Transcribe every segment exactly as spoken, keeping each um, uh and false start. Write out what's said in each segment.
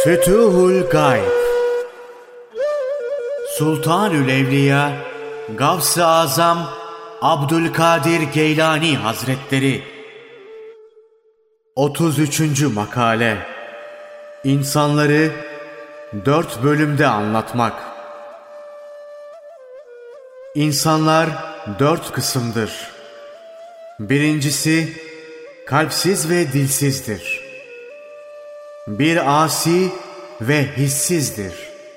Fütuhul Gayb. Sultanül Evliya Gavs-ı Azam Abdülkadir Geylani Hazretleri. otuz üçüncü makale. İnsanları dört bölümde anlatmak. İnsanlar dört kısımdır. Birincisi kalpsiz ve dilsizdir. Bir asi ve hissizdir.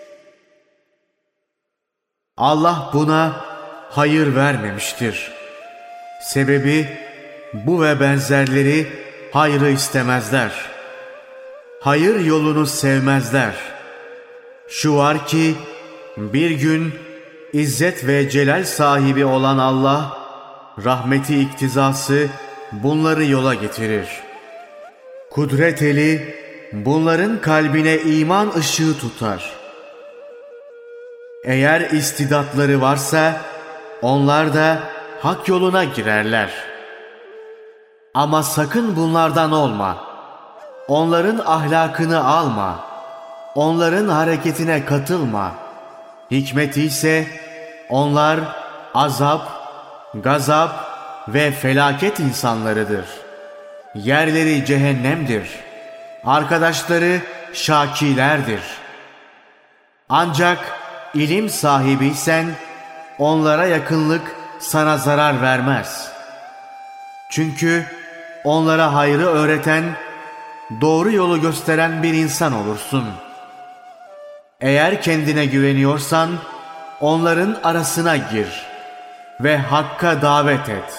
Allah buna hayır vermemiştir. Sebebi bu ve benzerleri hayrı istemezler. Hayır yolunu sevmezler. Şu var ki bir gün İzzet ve celal sahibi olan Allah, rahmeti iktizası bunları yola getirir. Kudret eli bunların kalbine iman ışığı tutar. Eğer istidatları varsa onlar da hak yoluna girerler. Ama sakın bunlardan olma. Onların ahlakını alma. Onların hareketine katılma. Hikmeti ise onlar azap, gazap ve felaket insanlarıdır. Yerleri cehennemdir. Arkadaşları şakilerdir. Ancak ilim sahibiysen onlara yakınlık sana zarar vermez. Çünkü onlara hayrı öğreten, doğru yolu gösteren bir insan olursun. Eğer kendine güveniyorsan onların arasına gir ve hakka davet et.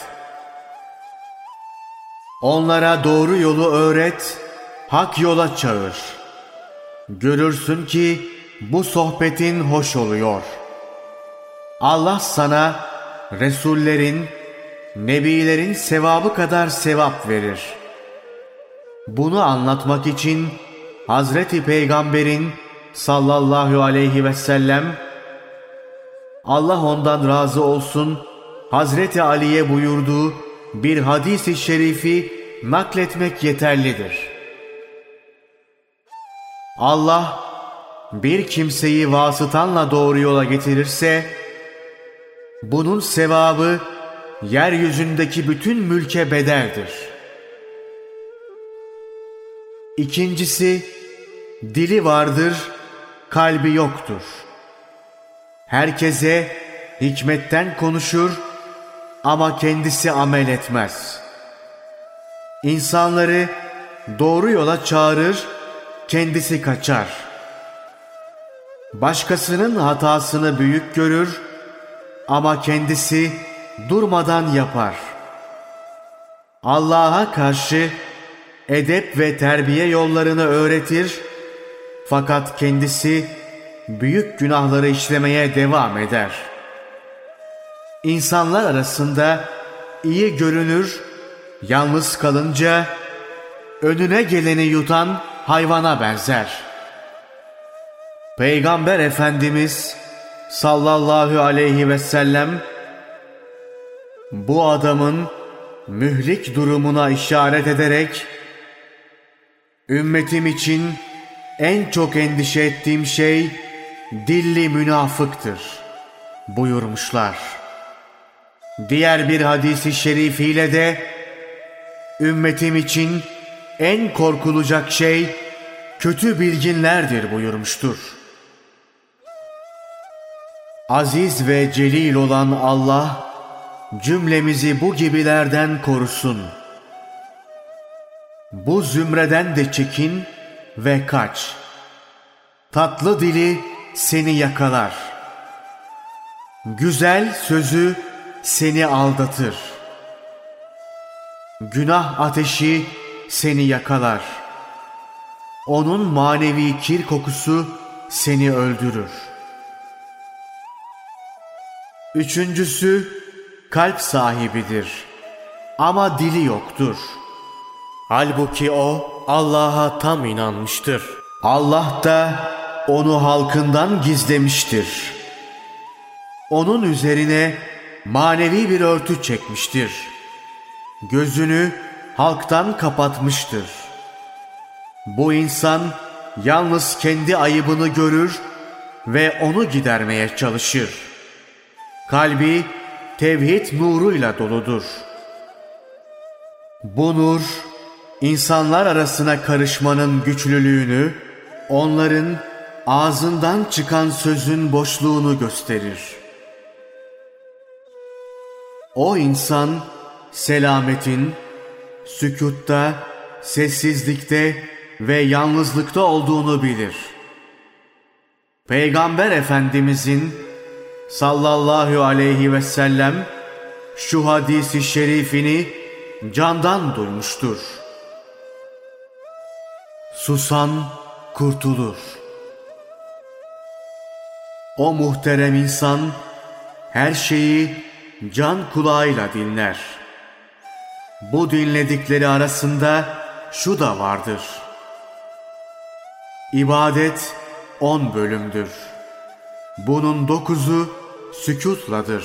Onlara doğru yolu öğret, hak yola çağır. Görürsün ki bu sohbetin hoş oluyor. Allah sana Resullerin, Nebilerin sevabı kadar sevap verir. Bunu anlatmak için Hazreti Peygamber'in sallallahu aleyhi ve sellem, Allah ondan razı olsun, Hazreti Ali'ye buyurduğu bir hadis-i şerifi nakletmek yeterlidir. Allah bir kimseyi vasıtanla doğru yola getirirse, bunun sevabı yeryüzündeki bütün mülke bedeldir. İkincisi, dili vardır, kalbi yoktur. Herkese hikmetten konuşur ama kendisi amel etmez. İnsanları doğru yola çağırır, kendisi kaçar. Başkasının hatasını büyük görür ama kendisi durmadan yapar. Allah'a karşı edep ve terbiye yollarını öğretir fakat kendisi büyük günahları işlemeye devam eder. İnsanlar arasında iyi görünür, yalnız kalınca önüne geleni yutan hayvana benzer. Peygamber Efendimiz sallallahu aleyhi ve sellem bu adamın mühlik durumuna işaret ederek ümmetim için en çok endişe ettiğim şey dilli münafıktır buyurmuşlar. Diğer bir hadisi şerifiyle de ümmetim için en korkulacak şey kötü bilginlerdir buyurmuştur. Aziz ve celil olan Allah cümlemizi bu gibilerden korusun. Bu zümreden de çekin ve kaç. Tatlı dili seni yakalar. Güzel sözü seni aldatır. Günah ateşi seni yakalar. Onun manevi kir kokusu seni öldürür. Üçüncüsü kalp sahibidir ama dili yoktur. Halbuki o Allah'a tam inanmıştır. Allah da onu halkından gizlemiştir. Onun üzerine manevi bir örtü çekmiştir. Gözünü halktan kapatmıştır. Bu insan yalnız kendi ayıbını görür ve onu gidermeye çalışır. Kalbi tevhid nuruyla doludur. Bu nur, insanlar arasına karışmanın güçlülüğünü, onların ağzından çıkan sözün boşluğunu gösterir. O insan, selametin, sükûtta, sessizlikte ve yalnızlıkta olduğunu bilir. Peygamber Efendimizin sallallahu aleyhi ve sellem şu hadisi şerifini candan duymuştur. Susan kurtulur. O muhterem insan her şeyi can kulağıyla dinler. Bu dinledikleri arasında şu da vardır. İbadet on bölümdür. Bunun dokuzu sükûtladır.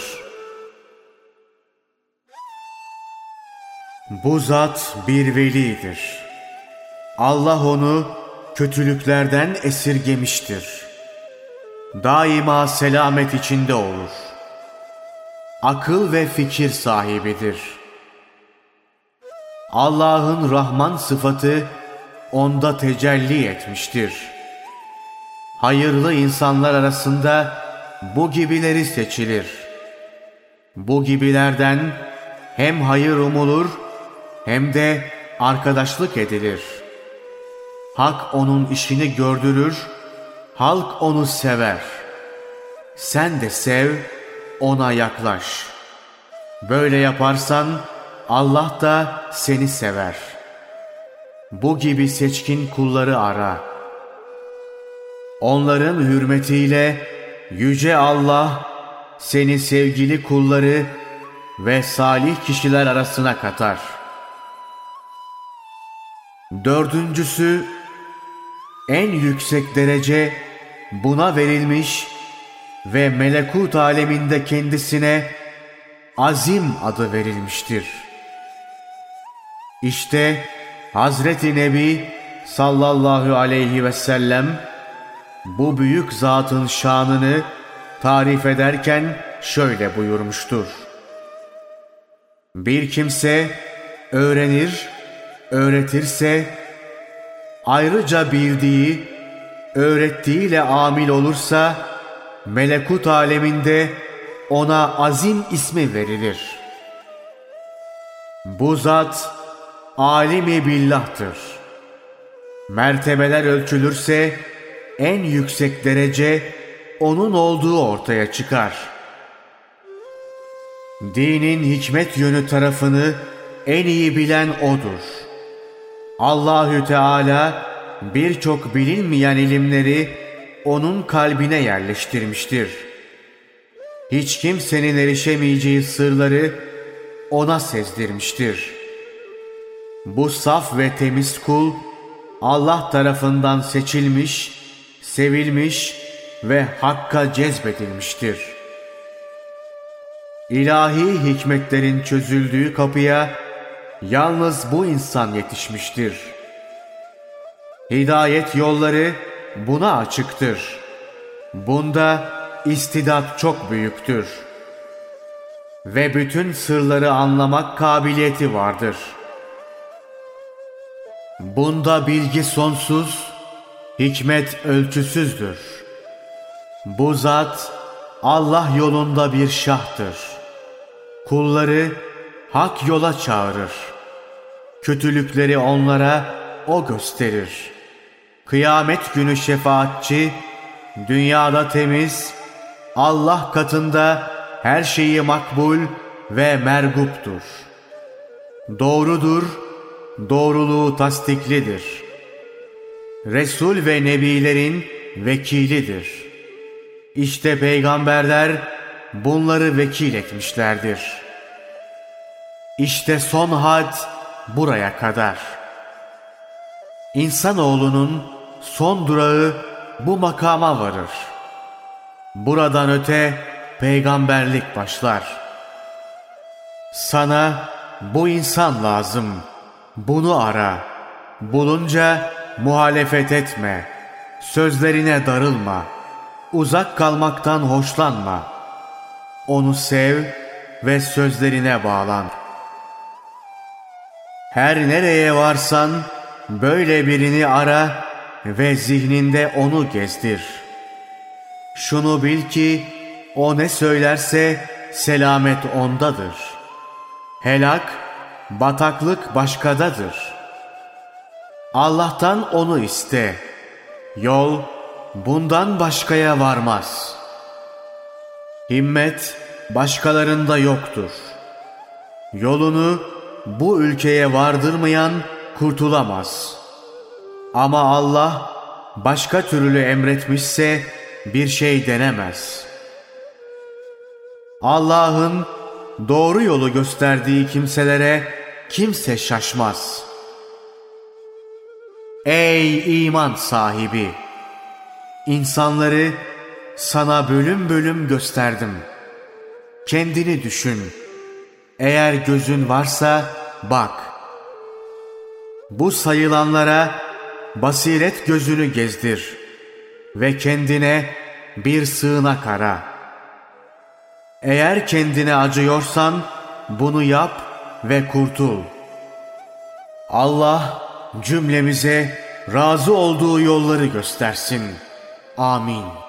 Bu zat bir velidir. Allah onu kötülüklerden esirgemiştir. Daima selamet içinde olur. Akıl ve fikir sahibidir. Allah'ın Rahman sıfatı onda tecelli etmiştir. Hayırlı insanlar arasında bu gibileri seçilir. Bu gibilerden hem hayır umulur hem de arkadaşlık edilir. Hak onun işini gördürür, halk onu sever. Sen de sev, ona yaklaş. Böyle yaparsan Allah da seni sever. Bu gibi seçkin kulları ara. Onların hürmetiyle Yüce Allah seni sevgili kulları ve salih kişiler arasına katar. Dördüncüsü, en yüksek derece buna verilmiş ve melekut aleminde kendisine azim adı verilmiştir. İşte Hazreti Nebi sallallahu aleyhi ve sellem bu büyük zatın şanını tarif ederken şöyle buyurmuştur. Bir kimse öğrenir, öğretirse, ayrıca bildiği, öğrettiğiyle amil olursa, melekut aleminde ona azim ismi verilir. Bu zat alimi billahtır. Mertebeler ölçülürse en yüksek derece onun olduğu ortaya çıkar. Dinin hikmet yönü tarafını en iyi bilen odur. Allahü Teala birçok bilinmeyen ilimleri onun kalbine yerleştirmiştir. Hiç kimsenin erişemeyeceği sırları ona sezdirmiştir. Bu saf ve temiz kul Allah tarafından seçilmiş, sevilmiş ve Hakk'a cezbedilmiştir. İlahi hikmetlerin çözüldüğü kapıya yalnız bu insan yetişmiştir. Hidayet yolları buna açıktır. Bunda istidat çok büyüktür. Ve bütün sırları anlamak kabiliyeti vardır. Bunda bilgi sonsuz, hikmet ölçüsüzdür. Bu zat Allah yolunda bir şahtır. Kulları hak yola çağırır. Kötülükleri onlara o gösterir. Kıyamet günü şefaatçi, dünyada temiz, Allah katında her şeyi makbul ve merguptur. Doğrudur, doğruluğu tasdiklidir. Resul ve nebilerin vekilidir. İşte peygamberler bunları vekil etmişlerdir. İşte son had buraya kadar. İnsanoğlunun son durağı bu makama varır. Buradan öte peygamberlik başlar. Sana bu insan lazım. Bunu ara. Bulunca muhalefet etme. Sözlerine darılma. Uzak kalmaktan hoşlanma. Onu sev ve sözlerine bağlan. Her nereye varsan böyle birini ara ve zihninde onu gezdir. Şunu bil ki o ne söylerse selamet ondadır. Helak, bataklık başkadadır. Allah'tan onu iste. Yol bundan başkaya varmaz. Himmet başkalarında yoktur. Yolunu bu ülkeye vardırmayan kurtulamaz. Ama Allah başka türlü emretmişse bir şey denemez. Allah'ın doğru yolu gösterdiği kimselere kimse şaşmaz. Ey iman sahibi! İnsanları sana bölüm bölüm gösterdim. Kendini düşün. Eğer gözün varsa bak. Bu sayılanlara basiret gözünü gezdir ve kendine bir sığınak ara. Eğer kendine acıyorsan bunu yap ve kurtul. Allah cümlemize razı olduğu yolları göstersin. Amin.